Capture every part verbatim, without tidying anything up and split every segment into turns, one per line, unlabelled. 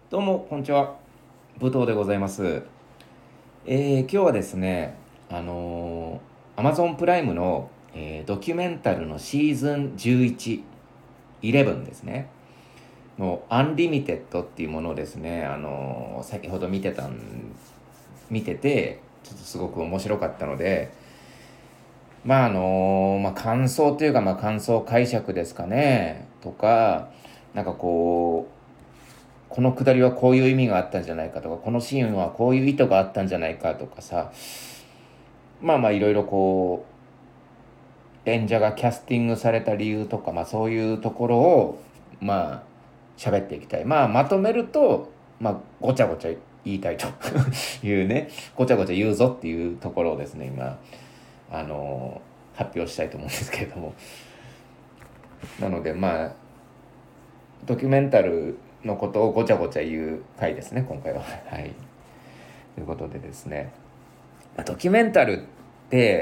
どうもこんにちは、武藤でございます。えー今日はですね、あのー、Amazon プライムの、えードキュメンタルのシーズンじゅういち、じゅういちですねのアンリミテッドっていうものをですね、あのー先ほど見てたん見ててちょっとすごく面白かったので、まああのーまあ感想というか、まあ感想解釈ですかねとか、なんかこうこのくだりはこういう意味があったんじゃないかとか、このシーンはこういう意図があったんじゃないかとかさ、まあまあいろいろこう演者がキャスティングされた理由とか、まあそういうところをまあ喋っていきたい。まあまとめると、まあごちゃごちゃ言いたいというね、ごちゃごちゃ言うぞっていうところをですね、今あの発表したいと思うんですけれども、なのでまあドキュメンタルのことをごちゃごちゃ言う回ですね、今回は。はい。ということでですね、ドキュメンタルって、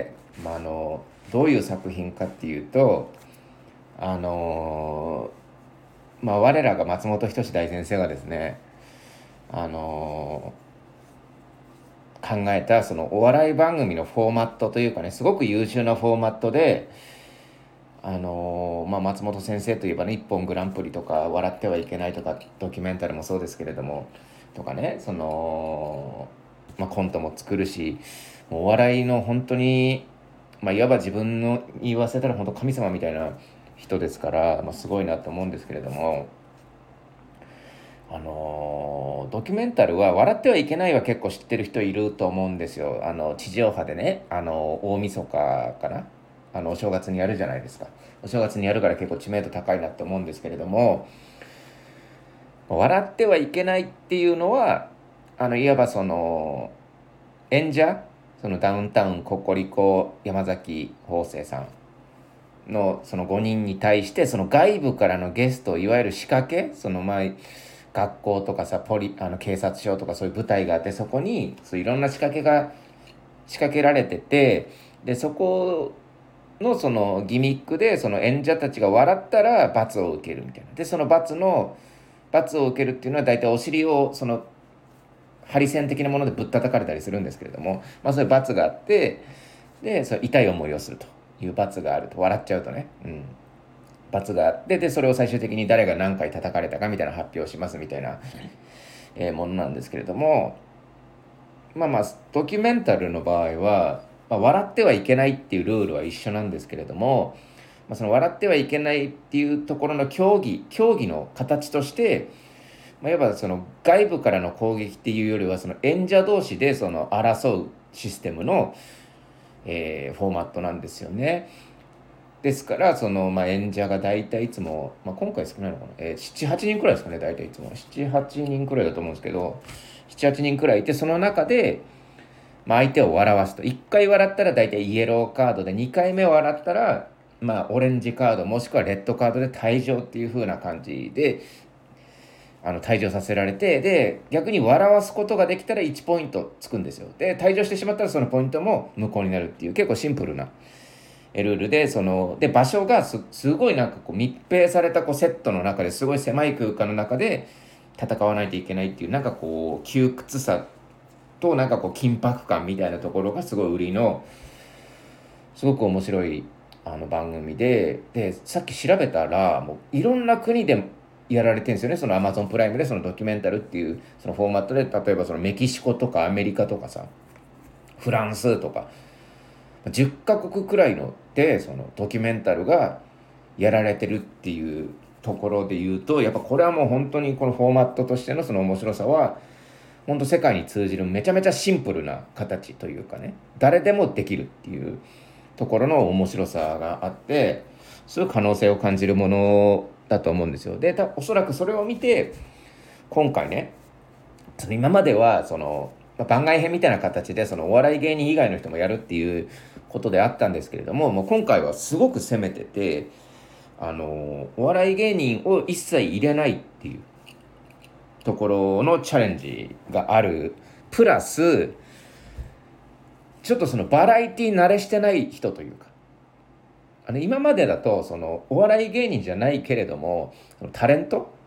まあ、あのどういう作品かっていうと、あのまあ我らが松本人志大先生がですね、あの考えたそのお笑い番組のフォーマットというかね、すごく優秀なフォーマットで、あのまあ、松本先生といえばね、一本グランプリとか笑ってはいけないとか、ドキュメンタルもそうですけれどもとかね、その、まあ、コントも作るし、もうお笑いの本当に、まあ、いわば自分の言わせたら本当神様みたいな人ですから、まあ、すごいなと思うんですけれども、あのードキュメンタルは笑ってはいけないは結構知ってる人いると思うんですよ。あの地上波でね、あの大晦日かな、あのお正月にやるじゃないですか。お正月にやるから結構知名度高いなって思うんですけれども、笑ってはいけないっていうのは、あのいわばその演者、そのダウンタウンココリコ山崎邦生さんのそのごにんに対して、その外部からのゲスト、いわゆる仕掛け、その前学校とかさ、ポリあの警察署とかそういう舞台があって、そこにそういろんな仕掛けが仕掛けられてて、でそこのそのギミックで、その演者たちが笑ったら罰を受けるみたいな。でその罰の罰を受けるっていうのは大体お尻をそのハリセン的なものでぶったたかれたりするんですけれども、まあ、そういう罰があって、でそれ痛い思いをするという罰があると、笑っちゃうとね、うん、罰があって、でそれを最終的に誰が何回叩かれたかみたいな発表しますみたいな、えーものなんですけれども、まあまあドキュメンタルの場合は、まあ、笑ってはいけないっていうルールは一緒なんですけれども、まあ、その笑ってはいけないっていうところの競技競技の形として、まあ、いわばその外部からの攻撃っていうよりは、その演者同士でその争うシステムの、えーフォーマットなんですよね。ですからその、まあ、演者が大体いつも、まあ、今回少ないのかな、えー、ななはちにんくらいですかね、大体いつもななはちにんくらいだと思うんですけど、ななはちにんくらいいて、その中で、まあ、相手を笑わすと、いっかい笑ったら大体イエローカードで、にかいめ笑ったら、まあ、オレンジカードもしくはレッドカードで退場っていう風な感じで、あの退場させられて、で逆に笑わすことができたらいちポイントつくんですよ。で退場してしまったらそのポイントも無効になるっていう、結構シンプルなルールで、そので場所がすすごいなんかこう密閉されたこうセットの中で、すごい狭い空間の中で戦わないといけないっていう、なんかこう窮屈さとなんかこう緊迫感みたいなところがすごい売りの、すごく面白いあの番組で、でさっき調べたら、もういろんな国でやられてるんですよね、そのアマゾンプライムでそのドキュメンタルっていうそのフォーマットで。例えばそのメキシコとかアメリカとかさ、フランスとかじゅっカ国くらいのでそのドキュメンタルがやられてるっていうところで言うと、やっぱこれはもう本当にこのフォーマットとしてのその面白さは、本当世界に通じるめちゃめちゃシンプルな形というかね、誰でもできるっていうところの面白さがあって、そういう可能性を感じるものだと思うんですよ。でたおそらくそれを見て、今回ね、その今まではその、まあ番外編みたいな形でそのお笑い芸人以外の人もやるっていうことであったんですけれども、もう今回はすごく攻めてて、あのお笑い芸人を一切入れないっていうところのチャレンジがある。プラスちょっとそのバラエティ慣れしてない人というか、あの今までだとそのお笑い芸人じゃないけれども、そのタレント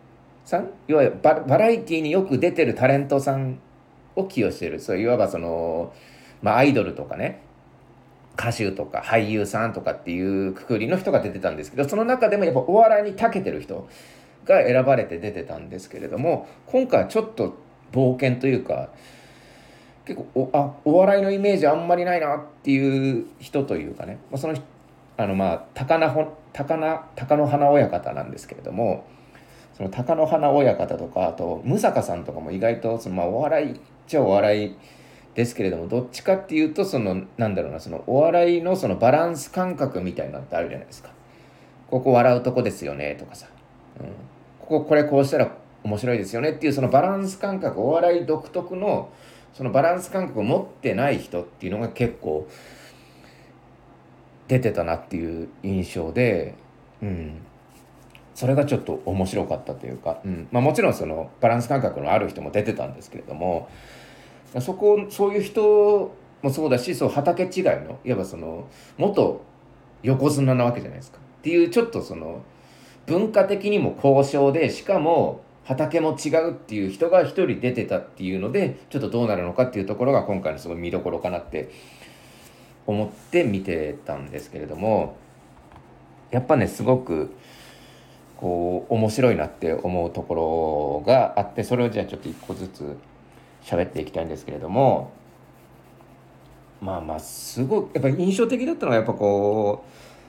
さん、いわゆるババラエティによく出てるタレントさんを起用している、そういわばその、まあ、アイドルとかね、歌手とか俳優さんとかっていうくくりの人が出てたんですけど、その中でもやっぱお笑いに長けてる人が選ばれて出てたんですけれども、今回はちょっと冒険というか、結構おあお笑いのイメージあんまりないなっていう人というかね、まあ、そのあのまあ高菜ほ高菜高野花親方なんですけれども、その貴乃花親方とか、あと六坂さんとかも意外とその、まあ、お笑いっちゃお笑いですけれども、どっちかっていうとそのなんだろうな、そのお笑いのそのバランス感覚みたいなのってあるじゃないですか。ここ笑うとこですよねとかさ、うん、こここれこうしたら面白いですよねっていうそのバランス感覚、お笑い独特のそのバランス感覚を持ってない人っていうのが結構出てたなっていう印象で、うん、それがちょっと面白かったというか、うんまあ、もちろんそのバランス感覚のある人も出てたんですけれども、そこそういう人もそうだし、そう畑違いのいわばその元横綱なわけじゃないですかっていう、ちょっとその文化的にも高尚で、しかも畑も違うっていう人が一人出てたっていうので、ちょっとどうなるのかっていうところが今回のすごい見どころかなって思って見てたんですけれども、やっぱねすごくこう面白いなって思うところがあって、それをじゃあちょっと一個ずつ喋っていきたいんですけれども、まあまあすごくやっぱり印象的だったのはやっぱこ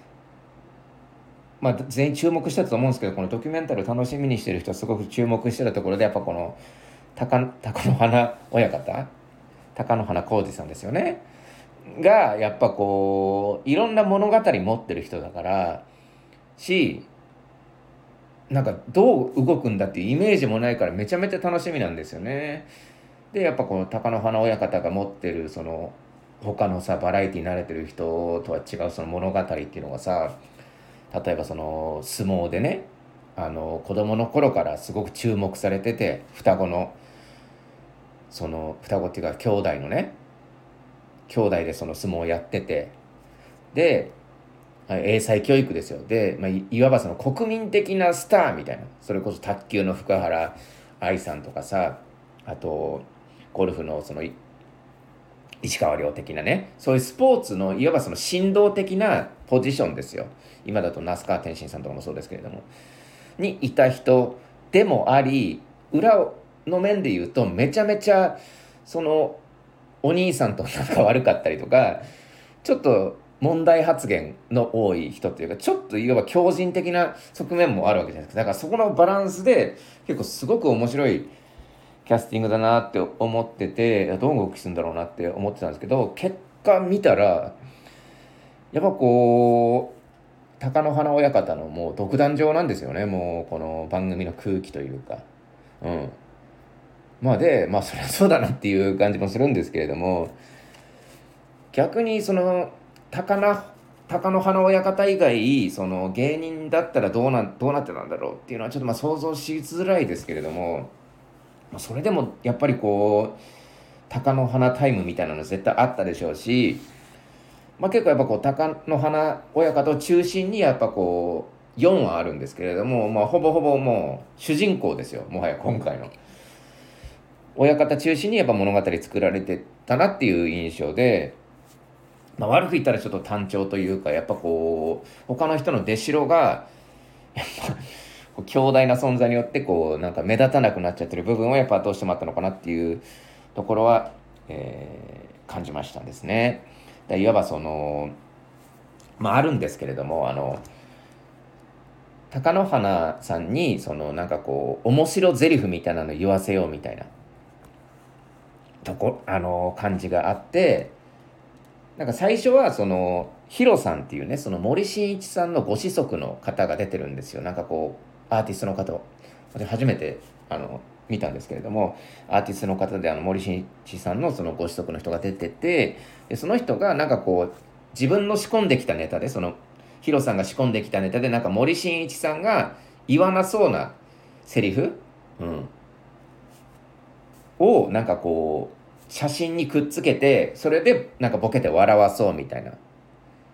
う、まあ、全員注目したと思うんですけど、このドキュメンタル楽しみにしてる人はすごく注目してたところで、やっぱこの貴貴乃花親方、貴乃花浩二さんですよねが、やっぱこういろんな物語持ってる人だからし、なんかどう動くんだっていうイメージもないからめちゃめちゃ楽しみなんですよね。でやっぱこの貴乃花親方が持ってるその他のさバラエティに慣れてる人とは違うその物語っていうのがさ、例えばその相撲でね、あの子供の頃からすごく注目されてて、双子のその双子っていうか兄弟のね、兄弟でその相撲をやってて、で英才教育ですよ。で、まあ、いいわばその国民的なスターみたいな、それこそ卓球の福原愛さんとかさ、あとゴルフのその石川遼的なね、そういうスポーツのいわばその振動的なポジションですよ。今だと那須川天心さんとかもそうですけれども、にいた人でもあり、裏の面で言うとめちゃめちゃそのお兄さんと仲悪かったりとか、ちょっと問題発言の多い人っていうか、ちょっといわば強靭的な側面もあるわけじゃないですか。だからそこのバランスで結構すごく面白いキャスティングだなって思ってて、どう動きするんだろうなって思ってたんですけど、結果見たらやっぱこう貴乃花親方のもう独壇場なんですよね、もうこの番組の空気というか。うんまあでまあそりゃそうだなっていう感じもするんですけれども、逆にその貴乃貴乃花親方以外その芸人だったらどうなどうなってたんだろうっていうのはちょっとまあ想像しづらいですけれども、まあそれでもやっぱりこう貴乃花タイムみたいなの絶対あったでしょうし、まあ、結構やっぱこう貴乃花親方を中心にやっぱこうよんわあるんですけれども、まあ、ほぼほぼもう主人公ですよ、もはや今回の親方中心にやっぱ物語作られてたなっていう印象で、まあ、悪く言ったらちょっと単調というか、やっぱこう他の人の出しろがやっぱ強大な存在によってこうなんか目立たなくなっちゃってる部分はやっぱどうしてもあったのかなっていうところは、えー感じましたですね。だいわばそのまああるんですけれども、あの貴乃花さんにそのなんかこう面白ゼリフみたいなの言わせようみたいなとこあの感じがあって、なんか最初はそのヒロさんっていうね、その森進一さんのご子息の方が出てるんですよ。なんかこうアーティストの方を私初めてあの見たんですけれども、アーティストの方であの森進一さんのそのご子息の人が出てて、でその人がなんかこう自分の仕込んできたネタで、そのヒロさんが仕込んできたネタでなんか森進一さんが言わなそうなセリフ、うん、をなんかこう写真にくっつけて、それでなんかボケて笑わそうみたいな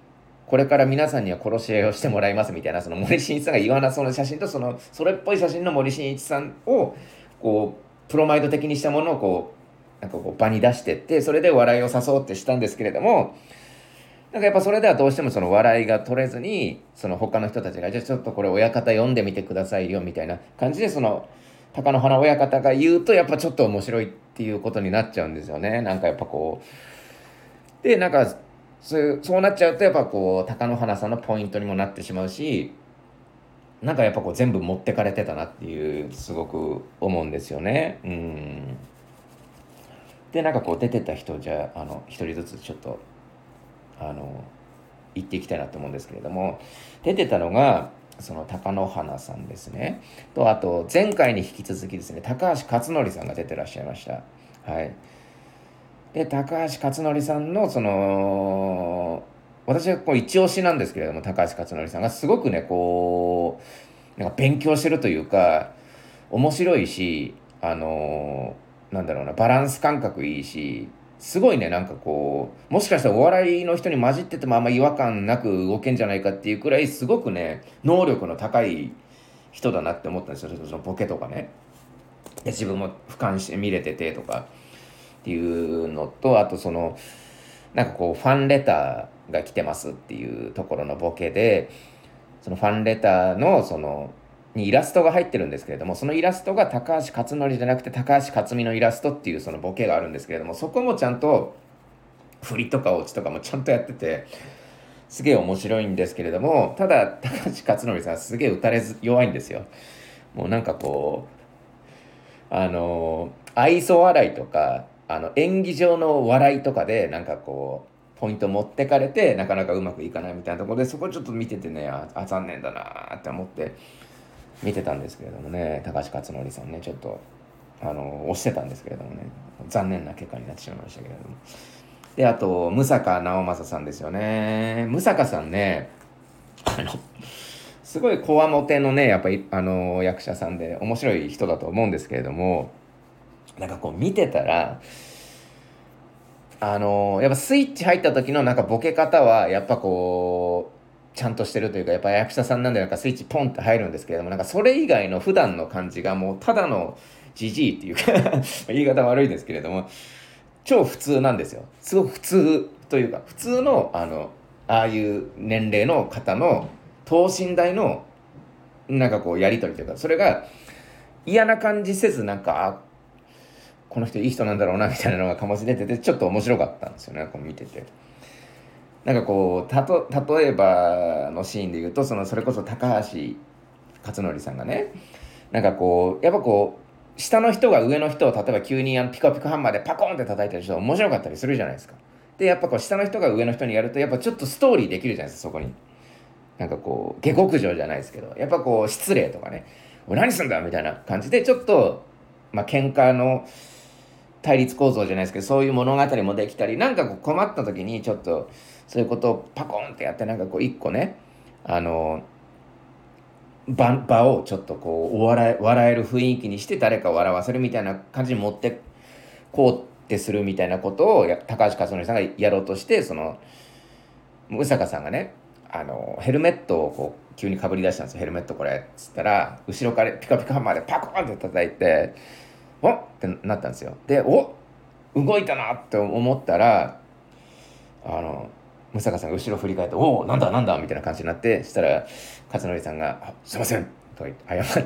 これから皆さんには殺し合いをしてもらいますみたいな、その森進一さんが言わなそうな写真と、そのそれっぽい写真の森進一さんをこうプロマイド的にしたものをこうなんかこう場に出してって、それで笑いを誘おうってしたんですけれども、なんかやっぱそれではどうしてもその笑いが取れずに、その他の人たちがじゃあちょっとこれ親方読んでみてくださいよみたいな感じで、その貴乃花親方が言うとやっぱちょっと面白いっていうことになっちゃうんですよね。なんかやっぱこうでなんかそういうそうなっちゃうとやっぱこう貴乃花さんのポイントにもなってしまうし、なんかやっぱこう全部持ってかれてたなっていうすごく思うんですよね。うんでなんかこう出てた人じゃあの一人ずつちょっとあの言っていきたいなと思うんですけれども、出てたのがその貴乃花さんですねと、あと前回に引き続きですね高橋克典さんが出てらっしゃいました。はい。で高橋克典さんのその私はこう一押しなんですけれども、高橋克典さんがすごくねこうなんか勉強してるというか面白いし、あのーなんだろうな、バランス感覚いいし、すごいね、なんかこう、もしかしたらお笑いの人に混じっててもあんま違和感なく動けんじゃないかっていうくらい、すごくね、能力の高い人だなって思ったんですよ。そのボケとかね。で自分も俯瞰して見れててとかっていうのと、あとその、なんかこう、ファンレターが来てますっていうところのボケで、そのファンレターのそのにイラストが入ってるんですけれども、そのイラストが高橋克典じゃなくて高橋克実のイラストっていうそのボケがあるんですけれども、そこもちゃんと振りとかオチとかもちゃんとやっててすげえ面白いんですけれども、ただ高橋克典さんはすげえ打たれず弱いんですよ。もうなんかこうあの愛想笑いとかあの演技上の笑いとかでなんかこうポイント持ってかれてなかなかうまくいかないみたいなところで、そこちょっと見ててね、ああ残念だなって思って見てたんですけれどもね、高橋克典さんね、ちょっとあの押してたんですけれどもね、残念な結果になってしまいましたけれども。であと六平直政さんですよね。六平さんね、あのすごいこわもてのねやっぱりあの役者さんで面白い人だと思うんですけれども、なんかこう見てたらあのやっぱスイッチ入った時のなんかボケ方はやっぱこうちゃんとしてるというか、やっぱ役者さんなんでなんかスイッチポンって入るんですけれども、なんかそれ以外の普段の感じがもうただのジジイっていうか言い方悪いですけれども超普通なんですよ。すごく普通というか普通のあのああいう年齢の方の等身大のなんかこうやり取りというか、それが嫌な感じせず、なんかこの人いい人なんだろうなみたいなのが醸し出ててちょっと面白かったんですよね、こう見てて。なんかこうたと例えばのシーンで言うと、そのそれこそ高橋克典さんがね、なんかこうやっぱこう下の人が上の人を例えば急にあのピコピコハンマーでパコンって叩いてる人面白かったりするじゃないですか。でやっぱこう下の人が上の人にやるとやっぱちょっとストーリーできるじゃないですか、そこに。なんかこう下克上じゃないですけど、やっぱこう失礼とかね、おい何すんだみたいな感じでちょっとまあ喧嘩の対立構造じゃないですけど、そういう物語もできたり、なんかこう困った時にちょっとそういうことをパコンってやって、なんかこう一個ねあの場場をちょっとこう笑え笑える雰囲気にして誰かを笑わせるみたいな感じに持ってこうってするみたいなことをや高橋克典さんがやろうとして、その宇坂さんがねあのヘルメットをこう急にかぶり出したんですよ。ヘルメットこれっつったら後ろからピカピカハンマーでパコーンって叩いておっってなったんですよ。でお動いたなって思ったらあの六坂さんが後ろ振り返っておおなんだなんだみたいな感じになって、したら勝則さんが「すいません」と言って謝って、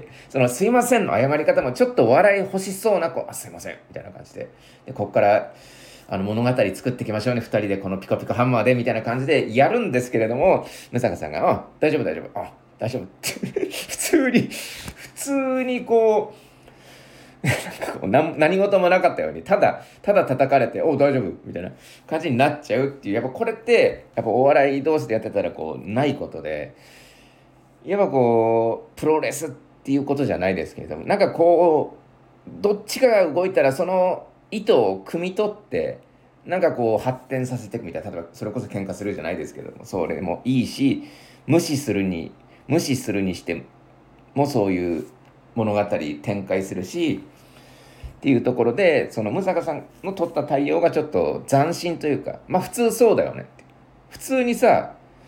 その「すいません」の謝り方もちょっと笑い欲しそうなこう「あすいません」みたいな感じで、でこっからあの物語作っていきましょうねふたりでこのピコピコハンマーでみたいな感じでやるんですけれども、六坂さんが「あ大丈夫大丈夫あ大丈夫」って普通に普通にこうなんかこう何何事もなかったようにただただ叩かれて「お大丈夫」みたいな感じになっちゃうっていう、やっぱこれってやっぱお笑い同士でやってたらこうないことで、やっぱこうプロレスっていうことじゃないですけれども、なんかこうどっちかが動いたらその意図を汲み取ってなんかこう発展させていくみたいな、例えばそれこそ喧嘩するじゃないですけども、それもいいし、無視するに無視するにしてもそういう物語展開するしっていうところで、その六坂さんの取った対応がちょっと斬新というか、まあ普通そうだよねって、普通にさ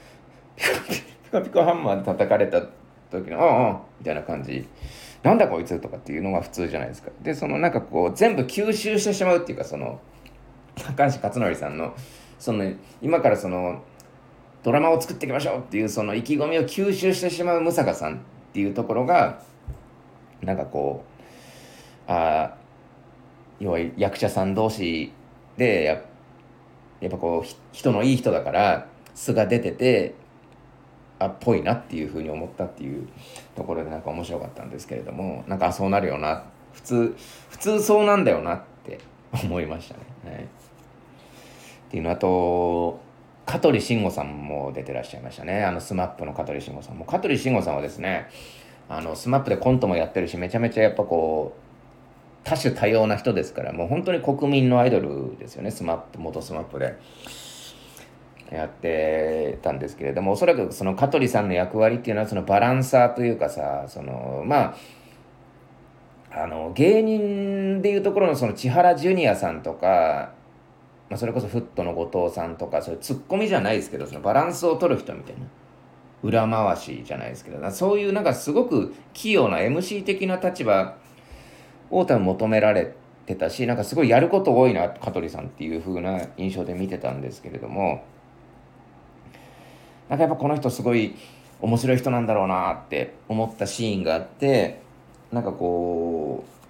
ピカピカハンマーで叩かれた時の「ああ」みたいな感じ、なんだこいつとかっていうのが普通じゃないですか。でそのなんかこう全部吸収してしまうっていうか、その高橋克典さんのその今からそのドラマを作っていきましょうっていうその意気込みを吸収してしまう六平さんっていうところがなんかこう、あ要は役者さん同士でややっぱこう人のいい人だから素が出ててあっぽいなっていうふうに思ったっていうところでなんか面白かったんですけれども、なんかそうなるよな、普通普通そうなんだよなって思いましたね。はい、っていうの、あと香取慎吾さんも出てらっしゃいましたね。あのスマップの香取慎吾さんも。香取慎吾さんはですね、あのスマップでコントもやってるし、めちゃめちゃやっぱこう多種多様な人ですから、もう本当に国民のアイドルですよね。スマップ、元スマップでやってたんですけれども、おそらくその香取さんの役割っていうのはそのバランサーというかさ、そのまああの芸人でいうところのその千原ジュニアさんとか、まあ、それこそフットの後藤さんとか、そういうツッコミじゃないですけど、そのバランスを取る人みたいな、裏回しじゃないですけど、そういうなんかすごく器用な エムシー 的な立場を多分求められてたし、なんかすごいやること多いな香取さんっていう風な印象で見てたんですけれども、なんかやっぱこの人すごい面白い人なんだろうなって思ったシーンがあって、なんかこう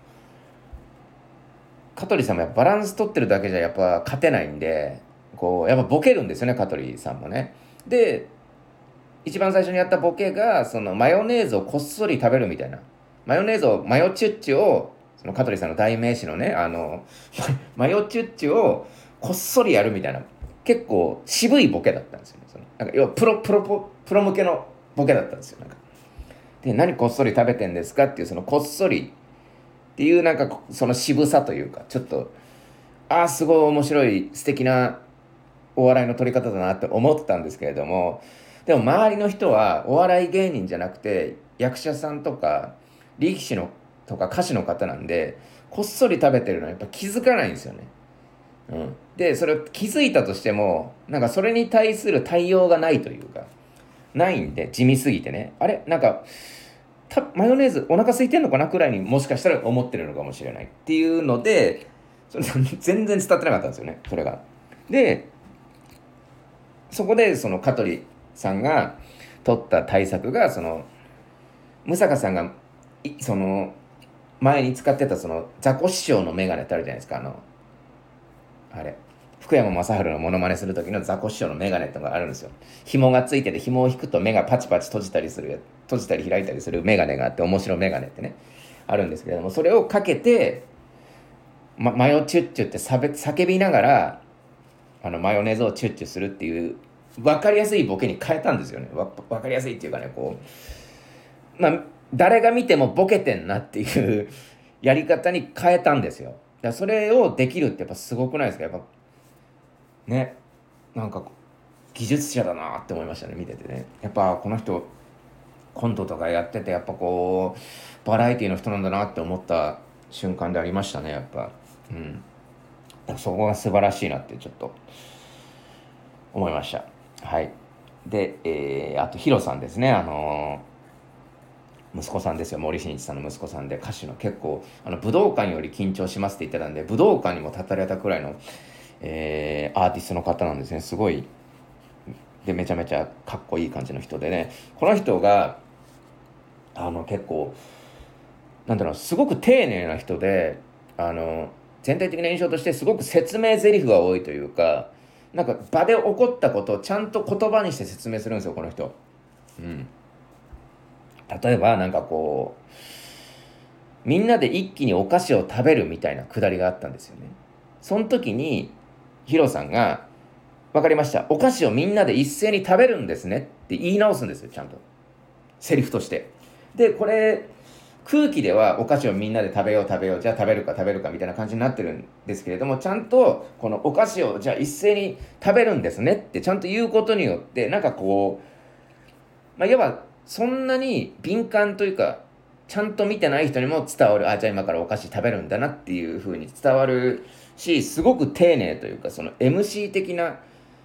香取さんもやっぱバランス取ってるだけじゃやっぱ勝てないんで、こうやっぱボケるんですよね、香取さんもね。で一番最初にやったボケがそのマヨネーズをこっそり食べるみたいな、マヨネーズをマヨチュッチをその香取さんの代名詞のね、あのマヨチュッチをこっそりやるみたいな、結構渋いボケだったんですよね。そのなんか要はプロプロプロ向けのボケだったんですよ。なんかで、何こっそり食べてんですかっていう、そのこっそりっていうなんかその渋さというか、ちょっとああすごい面白い素敵なお笑いの取り方だなって思ってたんですけれども、でも周りの人はお笑い芸人じゃなくて役者さんとか力士のとか歌手の方なんで、こっそり食べてるのはやっぱ気づかないんですよね。うん、でそれを気づいたとしてもなんかそれに対する対応がないというか、ないんで地味すぎてね、あれなんかたマヨネーズお腹空いてんのかなくらいにもしかしたら思ってるのかもしれないっていうので、それ全然伝わってなかったんですよね、それが。でそこでその香取さんが取った対策が、その六平さんがその前に使ってたそのザコ師匠のメガネってあるじゃないですか。あのあれ福山雅治のモノマネする時のザコ師匠のメガネってのがあるんですよ。紐がついてて紐を引くと目がパチパチ閉じたりする閉じたり開いたりするメガネがあって、面白メガネってねあるんですけれども、それをかけて、ま、マヨチュッチュって叫びながらあのマヨネーズをチュッチュするっていう分かりやすいボケに変えたんですよね。わ分かりやすいっていうかね、こうまあ誰が見てもボケてんなっていうやり方に変えたんですよ。だからそれをできるってやっぱすごくないですか。やっぱね、なんか技術者だなって思いましたね、見ててね。やっぱこの人コントとかやっててやっぱこうバラエティの人なんだなって思った瞬間でありましたね、やっぱ。うん、そこが素晴らしいなってちょっと思いました。はい。で、えー、あとヒロさんですね。あのー、息子さんですよ。森進一さんの息子さんで、歌手の結構あの武道館より緊張しますって言ってたんで、武道館にも立たれたくらいの、えー、アーティストの方なんですね。すごいでめちゃめちゃかっこいい感じの人でね、この人があの結構なんだろう、すごく丁寧な人で、あの全体的な印象としてすごく説明台詞が多いというか、なんか場で起こったことをちゃんと言葉にして説明するんですよ、この人。うん、例えばなんかこうみんなで一気にお菓子を食べるみたいなくだりがあったんですよね。その時にヒロさんが「分かりました、お菓子をみんなで一斉に食べるんですね」って言い直すんですよ、ちゃんとセリフとして。でこれ空気ではお菓子をみんなで食べよう食べよう、じゃあ食べるか食べるかみたいな感じになってるんですけれども、ちゃんとこのお菓子をじゃあ一斉に食べるんですねってちゃんと言うことによって、なんかこう、まあ、いわばそんなに敏感というかちゃんと見てない人にも伝わる、あ、じゃあ今からお菓子食べるんだなっていう風に伝わるし、すごく丁寧というか、その エムシー 的な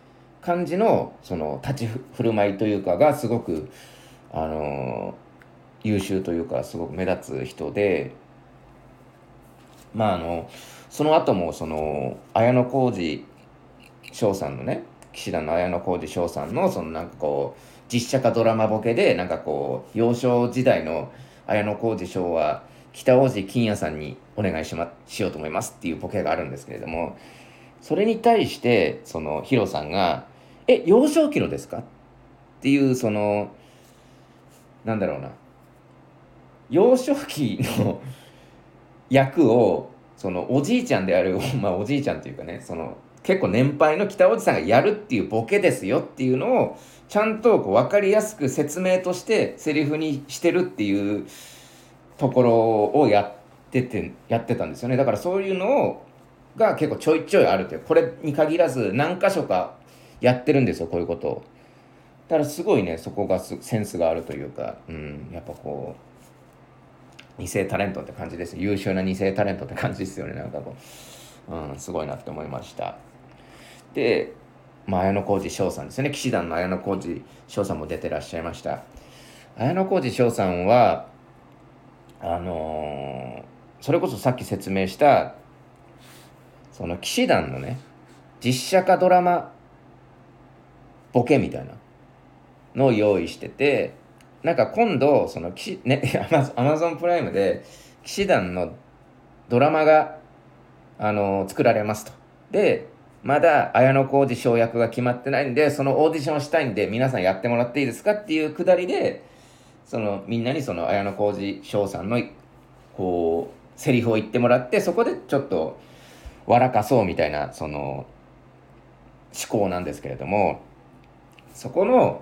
感じのその立ち振る舞いというかがすごくあの優秀というかすごく目立つ人で、まああのその後もその綾小路翔さんのね、騎士団の綾小路翔さんのそのなんかこう実写化ドラマボケでなんかこう幼少時代の綾小路翔は北大路欣也さんにお願いしましようと思いますっていうボケがあるんですけれども、それに対してそのヒロさんがえ幼少期のですかっていうそのなんだろうな幼少期の役をそのおじいちゃんであるまあおじいちゃんというかね、その結構年配の北おじさんがやるっていうボケですよっていうのをちゃんとこう分かりやすく説明としてセリフにしてるっていうところをやっててやってたんですよね。だからそういうのをが結構ちょいちょいあるという、これに限らず何箇所かやってるんですよ、こういうことを。だからすごいね、そこがセンスがあるというか、うん、やっぱこう二世タレントって感じです。優秀な二世タレントって感じですよね。なんかこう、うん、すごいなって思いました。で、まあ、綾小路翔さんですよね。騎士団の綾小路翔さんも出てらっしゃいました。綾小路翔さんはあのーそれこそさっき説明したその騎士団のね実写化ドラマボケみたいなのを用意してて、なんか今度その騎士、ね、アマゾンプライムで騎士団のドラマが、あのー作られますと。でまだ綾小路翔役が決まってないんで、そのオーディションしたいんで皆さんやってもらっていいですかっていうくだりで、そのみんなにその綾小路翔さんのこうセリフを言ってもらって、そこでちょっと笑かそうみたいなその思考なんですけれども、そこの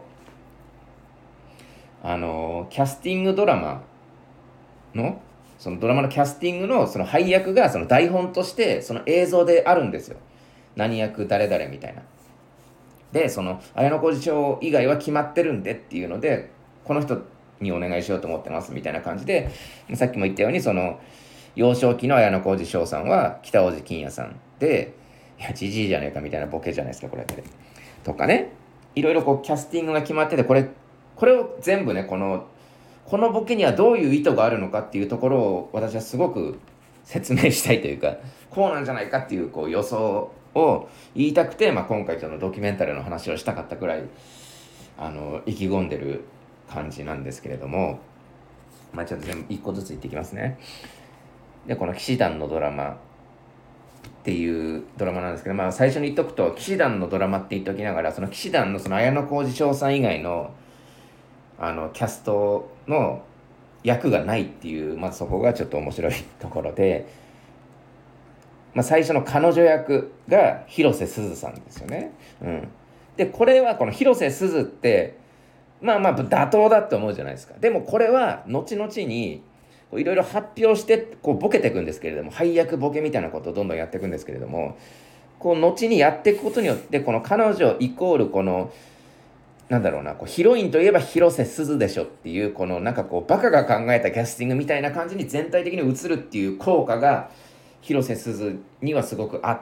あのキャスティングドラマのそのドラマのキャスティングのその配役がその台本としてその映像であるんですよ。何役誰々みたいな。でその綾小路翔以外は決まってるんでっていうので、この人にお願いしようと思ってますみたいな感じで、さっきも言ったようにその幼少期の綾小路翔さんは北大路欣也さんで、いやじじいじゃねえかみたいなボケじゃないですかこれってとかね、いろいろこうキャスティングが決まってて、これこれを全部ねこのこのボケにはどういう意図があるのかっていうところを私はすごく説明したいというか、こうなんじゃないかっていうこう予想を言いたくて、まあ、今回そのドキュメンタルの話をしたかったくらいあの意気込んでる感じなんですけれども、まあ、ちょっと全部一個ずつ言っていきますね。でこの騎士団のドラマっていうドラマなんですけど、まあ、最初に言っとくと騎士団のドラマって言っときながら、その騎士団のその綾小路翔さん以外のあのキャストの役がないっていう、まずそこがちょっと面白いところで、まあ、最初の彼女役が広瀬すずさんですよね。うん、でこれはこの広瀬すずってまあまあ妥当だって思うじゃないですか。でもこれは後々にいろいろ発表してこうボケていくんですけれども、配役ボケみたいなことをどんどんやっていくんですけれども、こう後にやっていくことによってこの彼女イコールこのなんだろうな、こうヒロインといえば広瀬すずでしょっていうこのなんかこうバカが考えたキャスティングみたいな感じに全体的に映るっていう効果が広瀬すずにはすごくあって、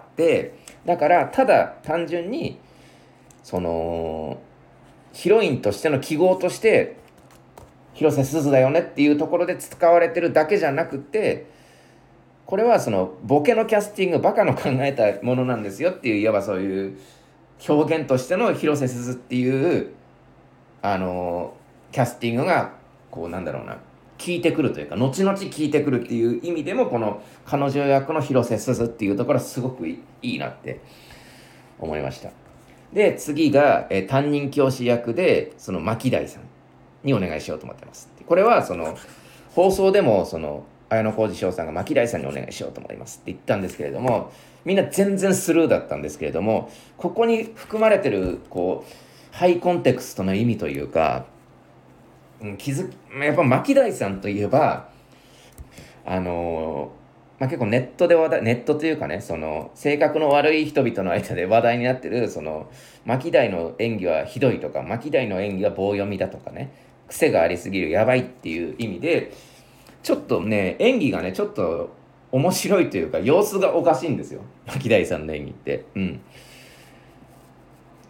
だからただ単純にそのヒロインとしての記号として広瀬すずだよねっていうところで使われてるだけじゃなくて、これはそのボケのキャスティングバカの考えたものなんですよっていう、いわばそういう表現としての広瀬すずっていうあのキャスティングがこうなんだろうな効いてくるというか、後々効いてくるっていう意味でもこの彼女役の広瀬すずっていうところはすごくいいなって思いました。で次が、えー担任教師役でその牧大さんにお願いしようと思ってます。これはその放送でもその綾小路翔さんが牧大さんにお願いしようと思いますって言ったんですけれども、みんな全然スルーだったんですけれども、ここに含まれてるこうハイコンテクストの意味というか、うん、気づやっぱ牧大さんといえばあのーまあ、結構ネットで話題ネットというかね、その性格の悪い人々の間で話題になってるその牧大の演技はひどいとか、牧大の演技は棒読みだとかね、癖がありすぎるやばいっていう意味でちょっとね演技がねちょっと面白いというか様子がおかしいんですよ、牧大さんの演技って。うん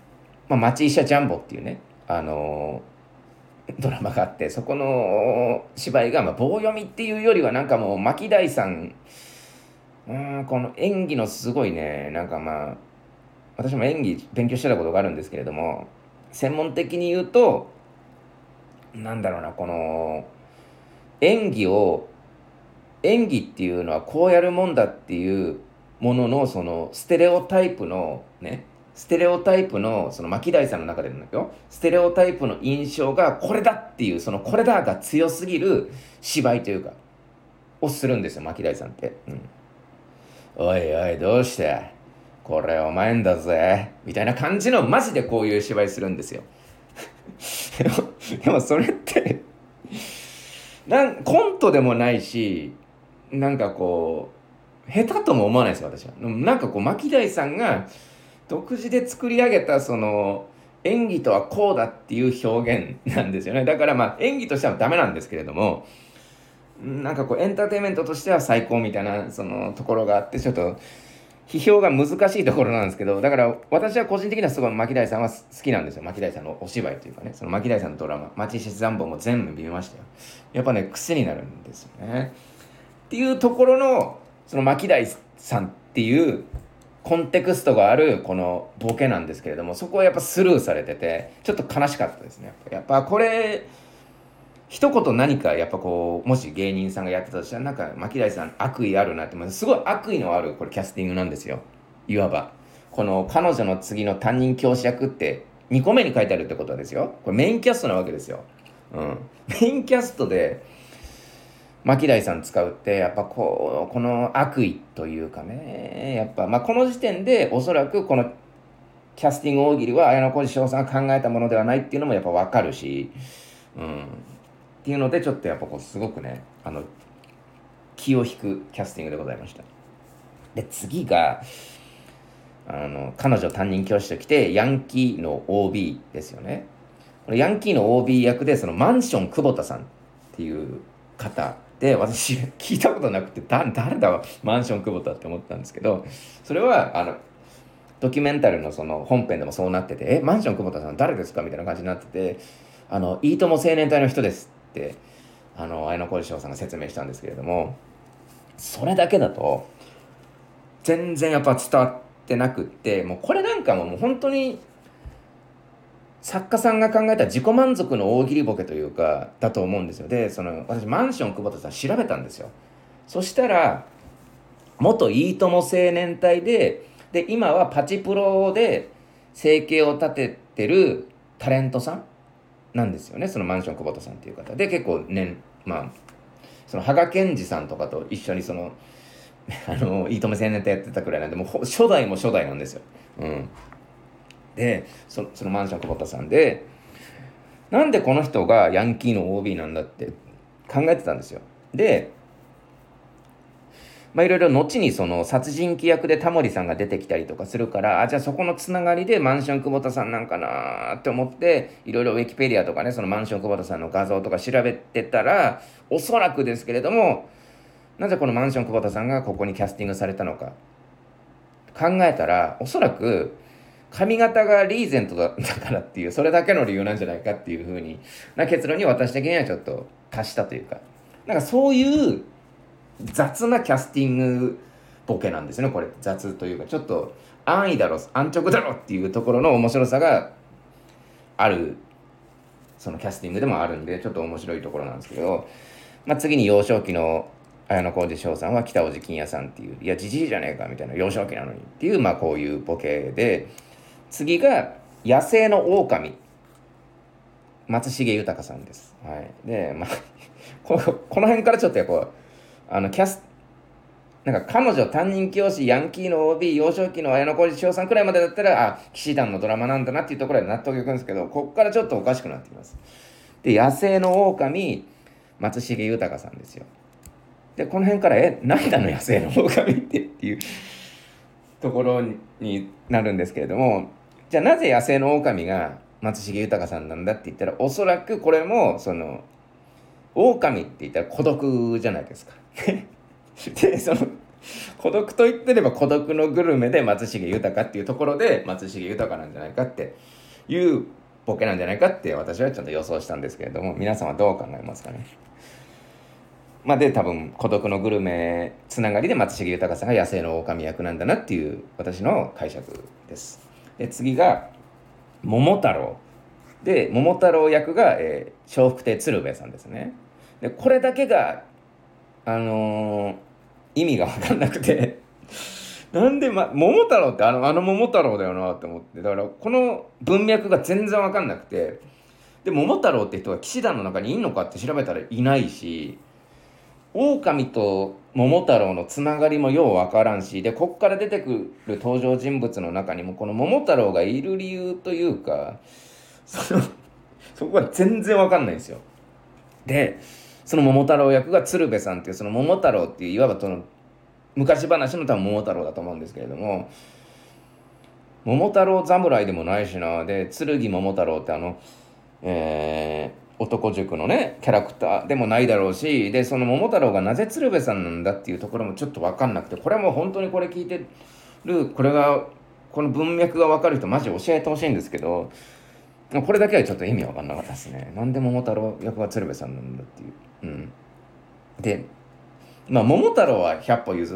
まあ、町医者ジャンボっていうね、あのドラマがあって、そこの芝居が、まあ、棒読みっていうよりはなんかもう牧大さん、うーんこの演技のすごいね、なんかまあ私も演技勉強してたことがあるんですけれども、専門的に言うとなんだろうな、この演技を演技っていうのはこうやるもんだっていうものの、そのステレオタイプのね、ステレオタイプのその牧大さんの中でのよ、ステレオタイプの印象がこれだっていう、そのこれだが強すぎる芝居というかをするんですよ、牧大さんって。うん、おいおいどうしてこれお前んだぜみたいな感じの、マジでこういう芝居するんですよ。でもでもそれってなんコントでもないし、なんかこう下手とも思わないですよ、私は。なんかこう牧大さんが独自で作り上げたその演技とはこうだっていう表現なんですよね。だからまあ演技としてはダメなんですけれども、なんかこうエンターテインメントとしては最高みたいなそのところがあって、ちょっと批評が難しいところなんですけど、だから私は個人的にはすごい牧大さんは好きなんですよ。牧大さんのお芝居というかね、その牧大さんのドラマ町石残坊も全部見ましたよ。やっぱね癖になるんですよねっていうところの、その牧大さんっていうコンテクストがあるこのボケなんですけれども、そこはやっぱスルーされててちょっと悲しかったですね。やっぱこれ一言何かやっぱこうもし芸人さんがやってたとしたら、なんか牧大さん悪意あるなって、すごい悪意のあるこれキャスティングなんですよ。いわばこの彼女の次の担任教師役ってにこめに書いてあるってことはですよ、これメインキャストなわけですよ。うん、メインキャストで牧大さん使うってやっぱこうこの悪意というかね、やっぱまあこの時点でおそらくこのキャスティング大喜利は綾小路翔さんが考えたものではないっていうのもやっぱ分かるし、うん、っていうのでちょっとやっぱこうすごくね、あの気を引くキャスティングでございました。で次があの彼女担任教師と来てヤンキーの オービー ですよね。このヤンキーの オービー 役でそのマンション久保田さんっていう方で、私聞いたことなくてだ誰だマンション久保田って思ったんですけど、それはあのドキュメンタルのその本編でもそうなってて、えマンション久保田さん誰ですかみたいな感じになってて、あのいいとも青年隊の人ですってあの綾小路翔さんが説明したんですけれども、それだけだと全然やっぱ伝わってなくって、もうこれなんかももう本当に作家さんが考えた自己満足の大喜利ボケというかだと思うんですよ。でその私マンション久保田さん調べたんですよ。そしたら元いいとも青年隊でで今はパチプロで生計を立ててるタレントさんなんですよね、そのマンション久保田さんっていう方で、結構ね、まあその羽賀健二さんとかと一緒にそのあのいいとも青年隊やってたくらいなんで、もう初代も初代なんですよ。うん、でそそのマンション久保田さんで、なんでこの人がヤンキーの オービー なんだって考えてたんですよ。でまあいろいろ後にその殺人鬼役でタモリさんが出てきたりとかするから、あじゃあそこのつながりでマンション久保田さんなんかなって思って、いろいろウィキペディアとかね、そのマンション久保田さんの画像とか調べてたら、おそらくですけれども、なぜこのマンション久保田さんがここにキャスティングされたのか考えたら、おそらく髪型がリーゼントだからっていう、それだけの理由なんじゃないかっていう風にな結論に私的にはちょっと達したというか、なんかそういう雑なキャスティングボケなんですね、これ。雑というかちょっと安易だろ安直だろっていうところの面白さがある、そのキャスティングでもあるんで、ちょっと面白いところなんですけど、まあ、次に幼少期の綾小路翔さんは北大路欣也さんっていう、いやじじいじゃねえかみたいな、幼少期なのにっていう、まあこういうボケで、次が野生の狼松重豊さんです。はい、でまあこのこの辺からちょっとやっぱあのキャスなんか彼女担任教師ヤンキーの オービー 幼少期の綾小路翔さんくらいまでだったら、あ騎士団のドラマなんだなっていうところで納得いくんですけど、こっからちょっとおかしくなってきます。で野生の狼松重豊さんですよ。でこの辺からえ何だの野生の狼ってっていうところになるんですけれども、じゃあなぜ野生の狼が松重豊さんなんだって言ったら、おそらくこれもその狼って言ったら孤独じゃないですかでその孤独と言ってれば孤独のグルメで松重豊っていうところで松重豊なんじゃないかっていうボケなんじゃないかって私はちょっと予想したんですけれども、皆さんはどう考えますかね。まあ、で多分孤独のグルメつながりで松重豊さんが野生の狼役なんだなっていう私の解釈です。で次が桃太郎で、桃太郎役が、えー、笑福亭鶴瓶さんですね。でこれだけがあのー意味が分かんなくてなんで、ま、桃太郎ってあのあの桃太郎だよなって思って、だからこの文脈が全然分かんなくて、で桃太郎って人が騎士団の中にいんのかって調べたらいないし、狼と桃太郎のつながりもよう分からんし、でこっから出てくる登場人物の中にもこの桃太郎がいる理由というか、そのそこが全然分かんないんですよ。でその桃太郎役が鶴瓶さんっていう、その桃太郎っていういわばその昔話の多分桃太郎だと思うんですけれども、桃太郎侍でもないしな。で剣桃太郎ってあの、えー、男塾のねキャラクターでもないだろうし、でその桃太郎がなぜ鶴瓶さんなんだっていうところもちょっと分かんなくて、これはもう本当にこれ聞いてる、これがこの文脈が分かる人マジ教えてほしいんですけど、これだけはちょっと意味分かんなかったですね。なんで桃太郎役が鶴瓶さんなんだっていう。うん。で、まあ桃太郎はひゃっぽ譲って、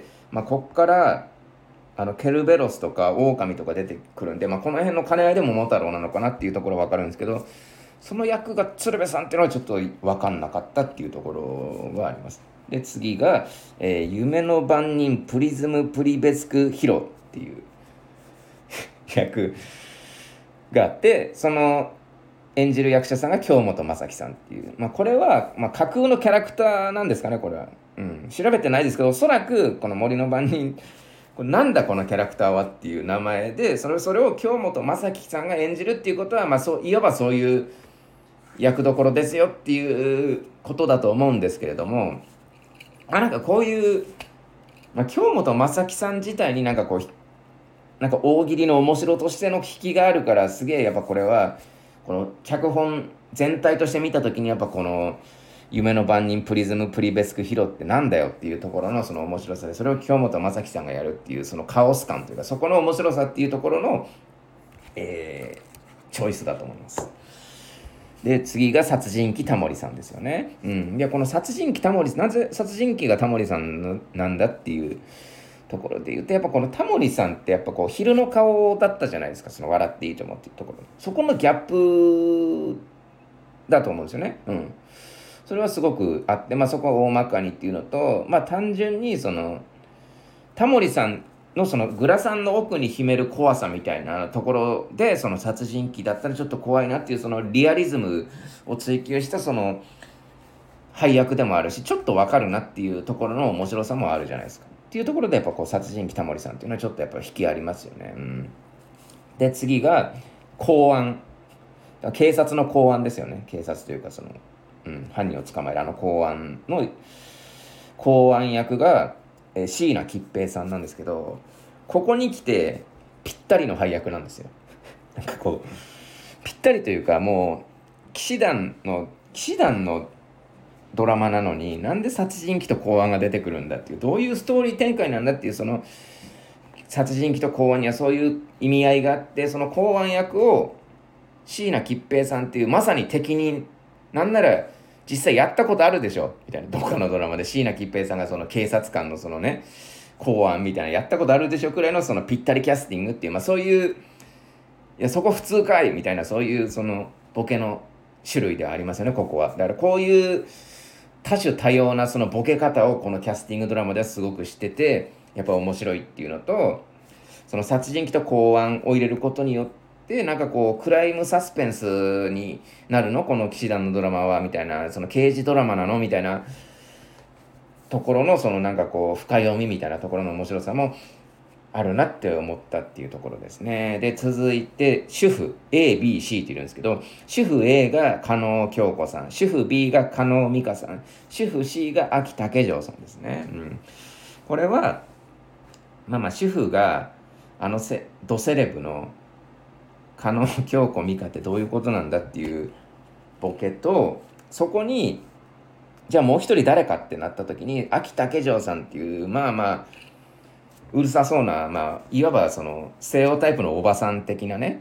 まあ、こっからあのケルベロスとか狼とか出てくるんで、まあ、この辺の兼ね合いで桃太郎なのかなっていうところ分かるんですけど、その役が鶴瓶さんっていうのはちょっと分かんなかったっていうところがあります。で次が、えー夢の番人プリズムプリベスクヒロっていう役があって、その演じる役者さんが京本政樹さんっていう、まあ、これは、まあ、架空のキャラクターなんですかね、これは。うん、調べてないですけど、おそらくこの森の番人、これなんだこのキャラクターはっていう名前で、それそれを京本政樹さんが演じるっていうことは、まあ、そういわばそういう役どころですよっていうことだと思うんですけれども、あなんかこういう、まあ、京本政樹さん自体になんかこうなんか大喜利の面白としての引きがあるから、すげえやっぱこれはこの脚本全体として見た時にやっぱこの夢の番人プリズムプリベスクヒロってなんだよっていうところのその面白さで、それを京本政樹さんがやるっていうそのカオス感というか、そこの面白さっていうところの、えー、チョイスだと思います。で次が殺人鬼タモリさんですよね。うん、でこの殺人鬼タモリ、なぜ殺人鬼がタモリさんのなんだっていうところで言うと、やっぱこのタモリさんってやっぱこう昼の顔だったじゃないですか、その笑っていいと思うっていうところ、そこのギャップだと思うんですよね。うん、それはすごくあって、まあ、そこは大まかにっていうのと、まあ単純にそのタモリさんのそのグラサンの奥に秘める怖さみたいなところで、その殺人鬼だったらちょっと怖いなっていうそのリアリズムを追求したその配役でもあるし、ちょっとわかるなっていうところの面白さもあるじゃないですかっていうところで、やっぱこう殺人鬼タモリさんっていうのはちょっとやっぱ引きありますよね。うん、で次が公安、警察の公安ですよね。警察というかその、うん、犯人を捕まえるあの公安の公安役が、えー、椎名桔平さんなんですけど、ここに来てぴったりの配役なんですよ。なんかこうぴったりというか、もう騎士団の騎士団のドラマなのになんで殺人鬼と公安が出てくるんだっていう、どういうストーリー展開なんだっていう、その殺人鬼と公安にはそういう意味合いがあって、その公安役を椎名桔平さんっていうまさに敵に、なんなら実際やったことあるでしょみたいな、どこかのドラマで椎名桔平さんがその警察官のそのね公安みたいなやったことあるでしょくらいのそのぴったりキャスティングっていう、まあそういう、いやそこ普通かいみたいな、そういうそのボケの種類ではありますよね、ここは。だからこういう多種多様なそのボケ方をこのキャスティングドラマではすごくしてて、やっぱ面白いっていうのと、その殺人鬼と公安を入れることによってなんかこうクライムサスペンスになるのこの騎士団のドラマはみたいな、その刑事ドラマなのみたいなところのそのなんかこう深読みみたいなところの面白さもあるなって思ったっていうところですね。で続いて主婦 エービーシー っているんですけど、主婦 A が加納京子さん、主婦 B が加納美香さん、主婦 C が秋竹城さんですね。うん、これはまあまあ主婦があのせドセレブの加納京子美香ってどういうことなんだっていうボケと、そこにじゃあもう一人誰かってなった時に秋竹城さんっていうまあまあうるさそうな、まあいわばその西洋タイプのおばさん的なね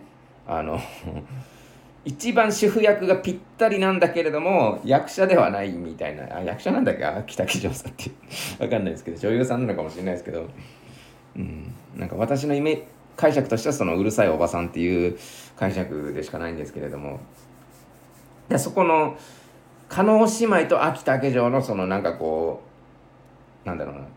あの一番主婦役がぴったりなんだけれども役者ではないみたいな、あ役者なんだっけ、あ北木城さんってわかんないですけど女優さんなのかもしれないですけど、うん、なんか私のイメ解釈としてはそのうるさいおばさんっていう解釈でしかないんですけれども、でそこの加納姉妹と秋竹城のそのなんかこうなんだろうな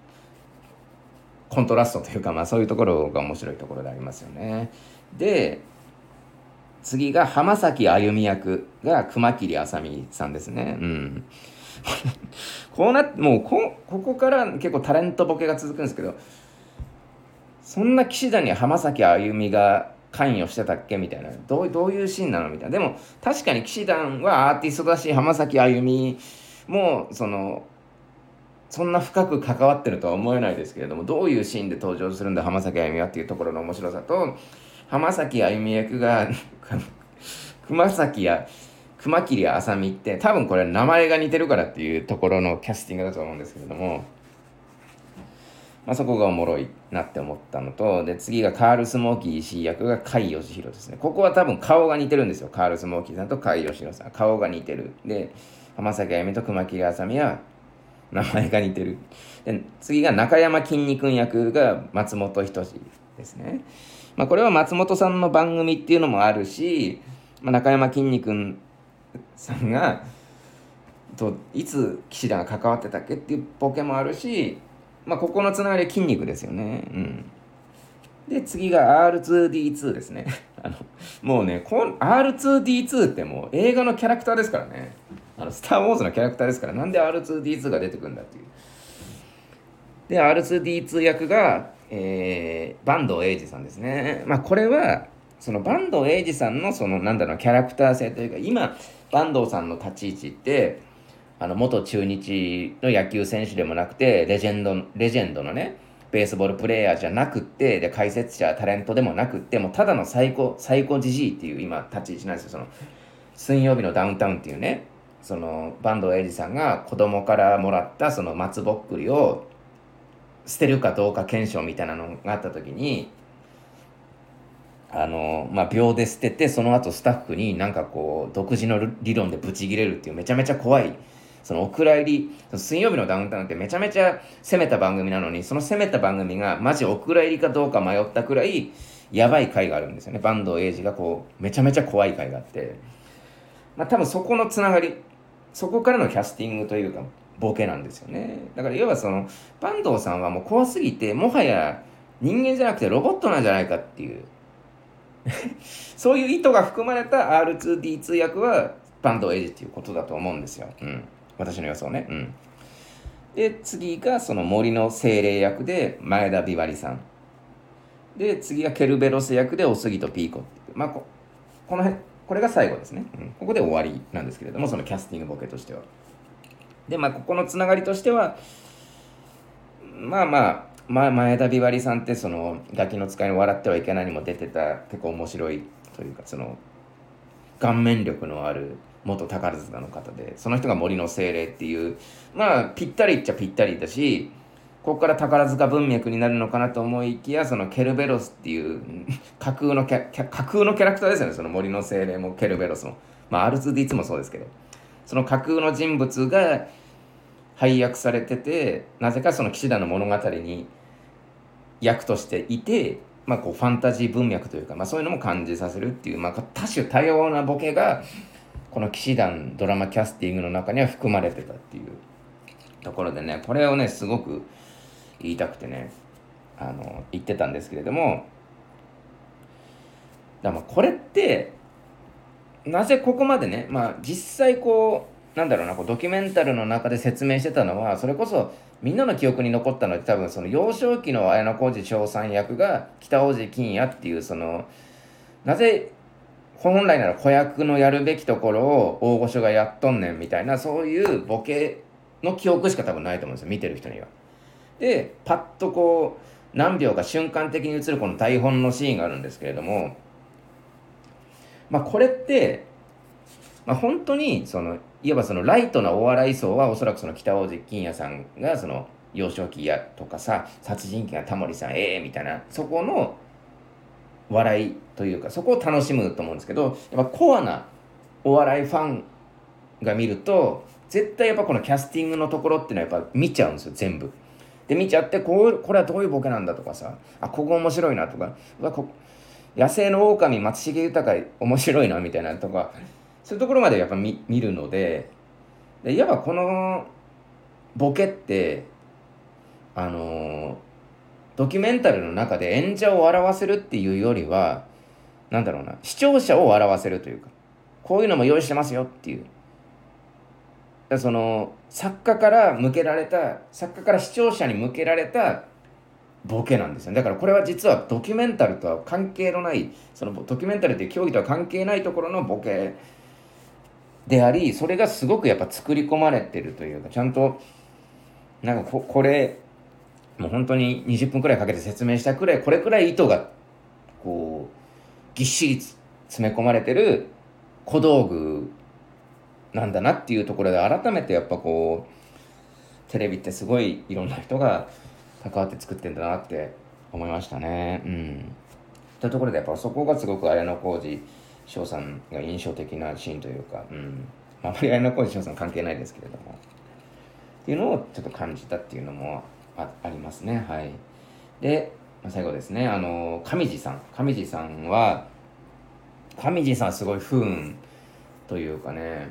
コントラストというか、まあそういうところが面白いところでありますよね。で次が浜崎あゆみ役が熊切あさみさんですね。うん。こうなってもうこここから結構タレントボケが続くんですけど、そんな騎士団に浜崎あゆみが関与してたっけみたいな、どうどういうシーンなのみたいな。でも確かに騎士団はアーティストだし浜崎あゆみもそのそんな深く関わってるとは思えないですけれども、どういうシーンで登場するんだ浜崎あゆみはっていうところの面白さと、浜崎あゆみ役が熊崎や熊切あさみって多分これ名前が似てるからっていうところのキャスティングだと思うんですけれども、まあ、そこがおもろいなって思ったのと、で次がカール・スモーキー石井役が甲斐義弘ですね。ここは多分顔が似てるんですよ。カール・スモーキーさんと甲斐義弘さん顔が似てる。で浜崎あゆみと熊切あさみは名前が似てる。で次が中山きんに君役が松本人志ですね。まあ、これは松本さんの番組っていうのもあるし、まあ、中山きんに君さんがといつ岸田が関わってたっけっていうボケもあるし、まあ、ここのつながりは筋肉ですよね。うん、で次が アールツーディーツー ですね。あのもうねこん アールツーディーツー ってもう映画のキャラクターですからね。あのスター・ウォーズのキャラクターですから、なんで アールツーディーツー が出てくるんだっていう。で アールツーディーツー 役が、えー、坂東栄二さんですね。まあこれはその坂東栄二さんのそのなんだろうキャラクター性というか、今坂東さんの立ち位置ってあの元中日の野球選手でもなくてレジェンドレジェンドのねベースボールプレーヤーじゃなくって、で解説者タレントでもなくって、もうただの最高最高じじいっていう今立ち位置なんですよ。その水曜日のダウンタウンっていうね、その坂東栄二さんが子供からもらったその松ぼっくりを捨てるかどうか検証みたいなのがあった時に、あのまあ秒で捨てて、その後スタッフになんかこう独自の理論でブチギレるっていうめちゃめちゃ怖い、そのお蔵入り、水曜日のダウンタウンってめちゃめちゃ攻めた番組なのに、その攻めた番組がマジお蔵入りかどうか迷ったくらいやばい回があるんですよね。坂東栄二がこうめちゃめちゃ怖い回があって、まあ多分そこのつながり、そこからのキャスティングというかボケなんですよね。だから要はその坂東さんはもう怖すぎて、もはや人間じゃなくてロボットなんじゃないかっていうそういう意図が含まれた アールツーディーツー 役は坂東栄二っていうことだと思うんですよ。うん、私の予想ね。うん、で次がその森の精霊役で前田美波里さんで、次がケルベロス役でおすぎとピーコっていう、まあ、ここの辺これが最後ですね、うん、ここで終わりなんですけれども、そのキャスティングボケとしては。でまあここのつながりとしては、まあまあ、まあ、前田美波里さんってそのガキの使いの笑ってはいけないにも出てた結構面白いというか、その顔面力のある元宝塚の方で、その人が森の精霊っていう、まあぴったりっちゃぴったりだし、ここから宝塚文脈になるのかなと思いきや、そのケルベロスっていう架空のキャ架空のキャラクターですよね。その森の精霊もケルベロスも、まあ アールツーディーツー もそうですけど、その架空の人物が配役されてて、なぜかその騎士団の物語に役としていて、まあ、こうファンタジー文脈というか、まあ、そういうのも感じさせるっていう、まあ、多種多様なボケがこの騎士団ドラマキャスティングの中には含まれてたっていうところでね、これをねすごく言いたくてね、あの言ってたんですけれども、だまあこれってなぜここまでね、まあ実際こうなんだろうな、こうドキュメンタルの中で説明してたのは、それこそみんなの記憶に残ったのって多分その幼少期の綾小路翔さん役が北大路欣也っていう、そのなぜ本来なら子役のやるべきところを大御所がやっとんねんみたいな、そういうボケの記憶しか多分ないと思うんですよ、見てる人には。でパッとこう何秒か瞬間的に映るこの台本のシーンがあるんですけれども、まあこれって、まあ、本当にそのいわばそのライトなお笑い層はおそらくその北大路欣也さんがその幼少期やとかさ、殺人鬼がタモリさんええー、みたいな、そこの笑いというか、そこを楽しむと思うんですけど、やっぱコアなお笑いファンが見ると絶対やっぱこのキャスティングのところっていうのはやっぱ見ちゃうんですよ、全部。で見ちゃって、こうこれはどういうボケなんだとかさ、あここ面白いなとか、うわこ野生の狼松重豊面白いなみたいなとか、そういうところまでやっぱ 見, 見るので、でやっぱこのボケってあのードキュメンタルの中で演者を笑わせるっていうよりは、なんだろうな、視聴者を笑わせるというか、こういうのも用意してますよっていう、その作家から向けられた作家から視聴者に向けられたボケなんですよ。だからこれは実はドキュメンタルとは関係のない、そのドキュメンタルっていう競技とは関係ないところのボケであり、それがすごくやっぱ作り込まれてるというか、ちゃんとなんか こ, これもう本当ににじゅっぷんくらいかけて説明したくらい、これくらい意図がこうぎっしり詰め込まれてる小道具なんだなっていうところで、改めてやっぱこうテレビってすごいいろんな人が関わって作ってんだなって思いましたね。うん。というところでやっぱそこがすごく綾小路翔さんが印象的なシーンというか、うん、あまり綾小路翔さん関係ないですけれどもっていうのをちょっと感じたっていうのも あ, ありますね。はい。で最後ですね、あの上地さん上地さんは上地さんすごい不運というかね、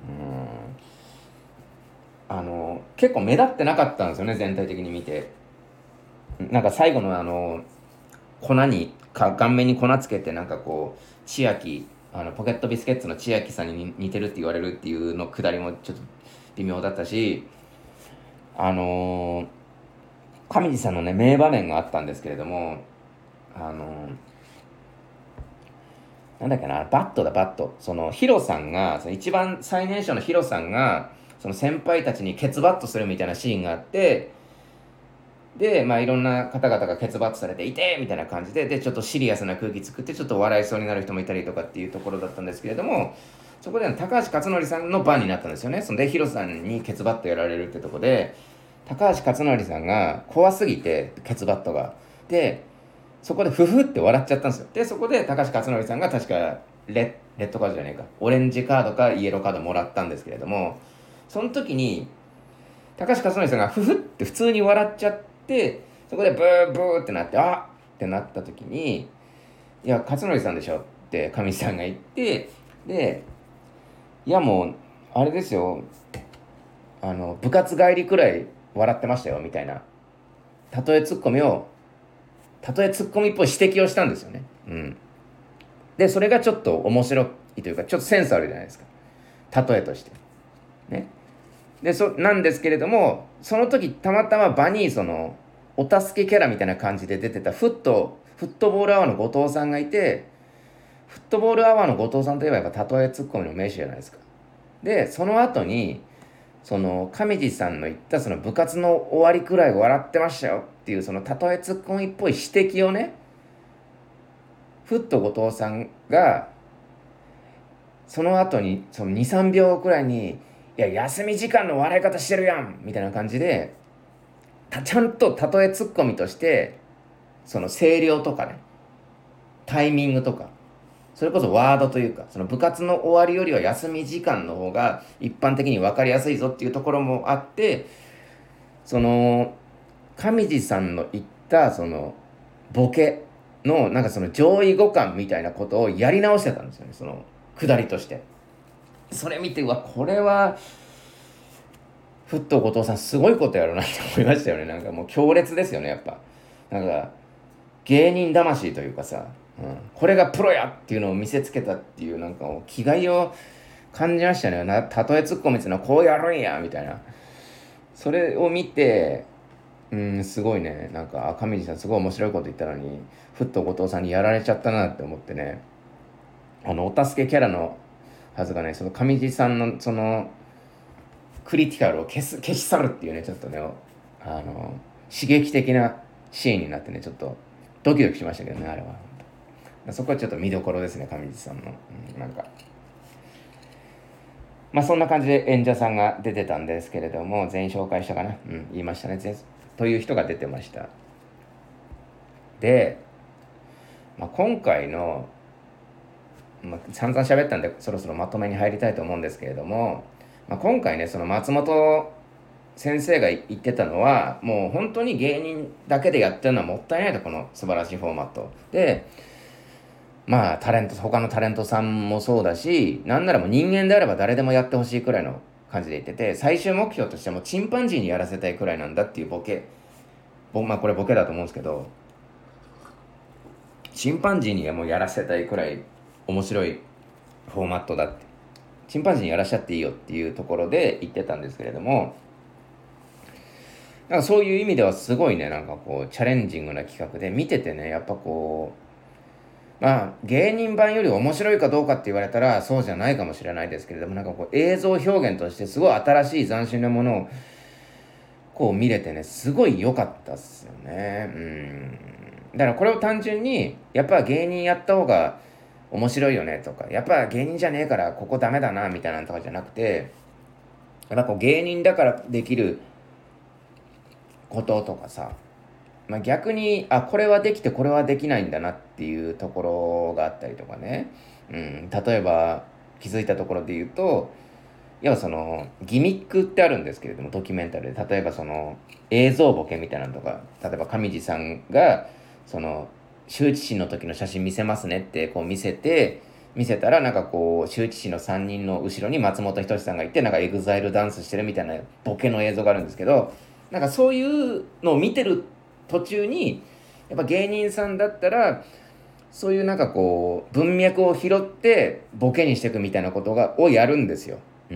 うん、あの結構目立ってなかったんですよね、全体的に見て。なんか最後のあの粉にか顔面に粉つけて、なんかこう千秋あのポケットビスケッツの千秋さんに似てるって言われるっていうのくだりもちょっと微妙だったし、あのー、上地さんのね名場面があったんですけれども、あのー、なんだっけな、バットだバット、そのヒロさんが、その一番最年少のヒロさんがその先輩たちにケツバットするみたいなシーンがあって、で、まあ、いろんな方々がケツバットされていてみたいな感じで、でちょっとシリアスな空気作ってちょっと笑いそうになる人もいたりとかっていうところだったんですけれども、そこで高橋克典さんの番になったんですよね。そんでヒロさんにケツバットやられるってとこで、高橋克典さんが怖すぎてケツバットが、でそこでフフって笑っちゃったんですよ。でそこで高橋克典さんが確かレレッドカードじゃねえか、オレンジカードかイエローカードもらったんですけれども、その時に高橋克典さんがフフって普通に笑っちゃって、そこでブーブーってなって、あっってなった時に、いや克典さんでしょって上地さんが言って、でいやもうあれですよ、あの部活帰りくらい笑ってましたよみたいな例えツッコミを例えツッコミっぽい指摘をしたんですよね。うん。でそれがちょっと面白いというか、ちょっとセンスあるじゃないですか、例えとしてね。でそなんですけれども、その時たまたま場にそのお助けキャラみたいな感じで出てたフットフットボールアワーの後藤さんがいて、フットボールアワーの後藤さんといえばやっぱ例えツッコミの名手じゃないですか。でその後にその上地さんの言ったその部活の終わりくらい笑ってましたよっていうその例えツッコミっぽい指摘をね、ふっと後藤さんがその後にそのにさんびょうくらいに「いや休み時間の笑い方してるやん」みたいな感じで、ちゃんと例えツッコミとしてその声量とかね、タイミングとか、それこそワードというか、その部活の終わりよりは休み時間の方が一般的に分かりやすいぞっていうところもあって、その上地さんの言ったそのボケのなんかその上位互換みたいなことをやり直してたんですよね、その下りとして。それ見て、うわこれはふっと後藤さんすごいことやるなって思いましたよね。なんかもう強烈ですよね、やっぱ。なんか芸人魂というかさ、うん、これがプロやっていうのを見せつけたっていう、なんかもう気概を感じましたね。な例えツッコミっていうのはこうやるんやみたいな。それを見て、うん、すごいね、なんか上地さんすごい面白いこと言ったのにふっと後藤さんにやられちゃったなって思ってね、あのお助けキャラのはずがね、その上地さんのそのクリティカルを消す消し去るっていうね、ちょっとね、あの刺激的なシーンになってね、ちょっとドキドキしましたけどね、あれは。そこはちょっと見どころですね、上地さんの、うん、なんかまあそんな感じで演者さんが出てたんですけれども、全員紹介したかな、うん、言いましたね、という人が出てました。でまあ、今回の、まあ、散々喋ったんでそろそろまとめに入りたいと思うんですけれども、まあ、今回ねその松本先生が言ってたのはもう本当に芸人だけでやってるのはもったいないと、この素晴らしいフォーマットで、まあタレント他のタレントさんもそうだし、なんならもう人間であれば誰でもやってほしいくらいの感じで言ってて、最終目標としてもチンパンジーにやらせたいくらいなんだっていうボケ、まあこれボケだと思うんですけど、チンパンジーにはもうやらせたいくらい面白いフォーマットだって、チンパンジーにやらしちゃっていいよっていうところで言ってたんですけれども、なんかそういう意味ではすごいね、なんかこうチャレンジングな企画で見ててね、やっぱこうまあ芸人版より面白いかどうかって言われたらそうじゃないかもしれないですけれども、なんかこう映像表現としてすごい新しい斬新なものをこう見れてね、すごい良かったっすよね。うんだからこれを単純にやっぱ芸人やった方が面白いよねとか、やっぱ芸人じゃねえからここダメだなみたいなのとかじゃなくて、やっぱこう芸人だからできることとかさ、まあ、逆にあこれはできてこれはできないんだなっていうところがあったりとかね、うん、例えば気づいたところで言うと、要はそのギミックってあるんですけれども、ドキュメンタルで例えばその映像ボケみたいなのとか、例えば上地さんがその羞恥心の時の写真見せますねってこう見せて見せたら、なんかこう羞恥心のさんにんの後ろに松本人志さんがいて、なんかエグザイルダンスしてるみたいなボケの映像があるんですけど、なんかそういうのを見てる途中にやっぱ芸人さんだったらそういうなんかこう文脈を拾ってボケにしていくみたいなことがをやるんですよ。うん、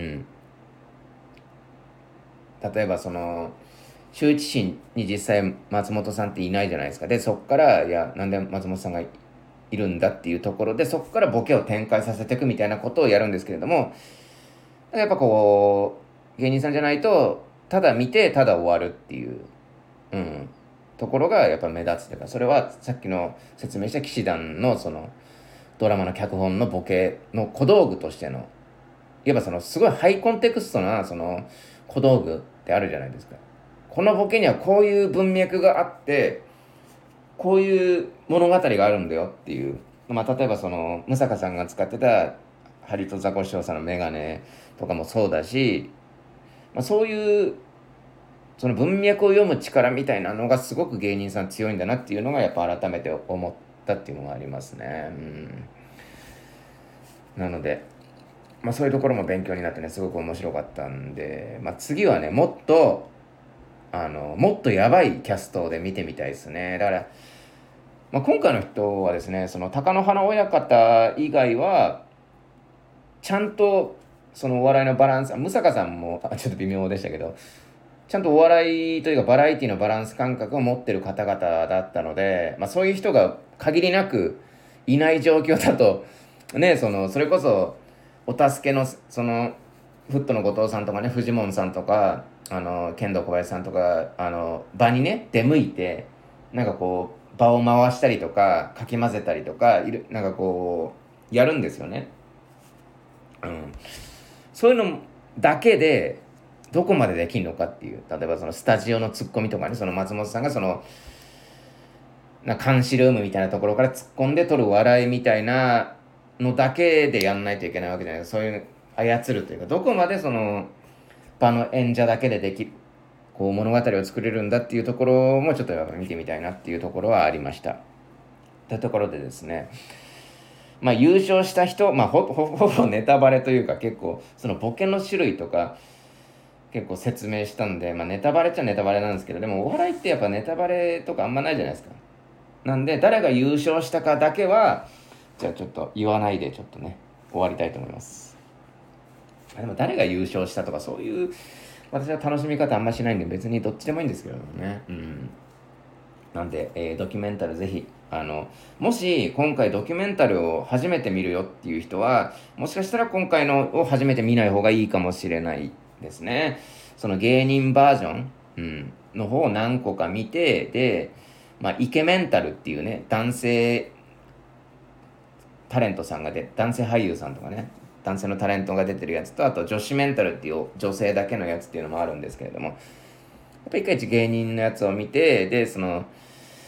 例えばその羞恥心に実際松本さんっていないじゃないですか。でそっからいやなんで松本さんがいるんだっていうところで、そこからボケを展開させていくみたいなことをやるんですけれども、やっぱこう芸人さんじゃないとただ見てただ終わるっていう、うん、ところがやっぱ目立つというか、それはさっきの説明した騎士団のそのドラマの脚本のボケの小道具としての、いわばそのすごいハイコンテクストなその小道具ってあるじゃないですか。このボケにはこういう文脈があってこういう物語があるんだよっていう、まあ、例えばその六坂さんが使ってたハリとザコシショウさんのメガネとかもそうだし、まあ、そういうその文脈を読む力みたいなのがすごく芸人さん強いんだなっていうのがやっぱ改めて思ったっていうのがありますね。うん、なので、まあ、そういうところも勉強になってね、すごく面白かったんで、まあ、次はねもっとあのもっとやばいキャストで見てみたいですね。だから、まあ、今回の人はですね、その貴乃花親方以外はちゃんとそのお笑いのバランス、六坂さんもちょっと微妙でしたけど、ちゃんとお笑いというかバラエティのバランス感覚を持ってる方々だったので、まあ、そういう人が限りなくいない状況だとね、そのそれこそお助けのそのフットの後藤さんとかね、フジモンさんとかあの剣道小林さんとかあの場にね出向いて、なんかこう場を回したりとかかき混ぜたりとかいる、なんかこうやるんですよね。うん、そういうのだけでどこまでできるのかっていう、例えばそのスタジオのツッコミとかね、その松本さんがそのな監視ルームみたいなところから突っ込んで取る笑いみたいなのだけでやんないといけないわけじゃないですか。そういう操るというか、どこまでその場の演者だけでできるこう物語を作れるんだっていうところもちょっとやっぱ見てみたいなっていうところはありました。というところでですね、まあ優勝した人、まあほほほぼネタバレというか、結構そのボケの種類とか結構説明したんで、まあネタバレっちゃネタバレなんですけど、でもお笑いってやっぱネタバレとかあんまないじゃないですか。なんで誰が優勝したかだけはじゃあちょっと言わないでちょっとね終わりたいと思います。でも誰が優勝したとかそういう私は楽しみ方あんましないんで別にどっちでもいいんですけどね。うん。なんで、えードキュメンタルぜひあのもし今回ドキュメンタルを初めて見るよっていう人はもしかしたら今回のを初めて見ない方がいいかもしれないですね。その芸人バージョン、うん、の方を何個か見て、で、まあ、イケメンタルっていうね男性タレントさんが出男性俳優さんとかね男性のタレントが出てるやつと、あと女子メンタルっていう女性だけのやつっていうのもあるんですけれども、やっぱ一回一芸人のやつを見て、でその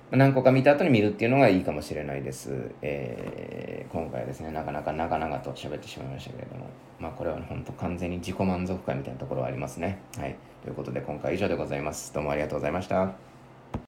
何個か見た後に見るっていうのがいいかもしれないです。えー、今回はですね、なかなか長々と喋ってしまいましたけれども、まあこれは本当完全に自己満足感みたいなところはありますね。はい。ということで今回は以上でございます。どうもありがとうございました。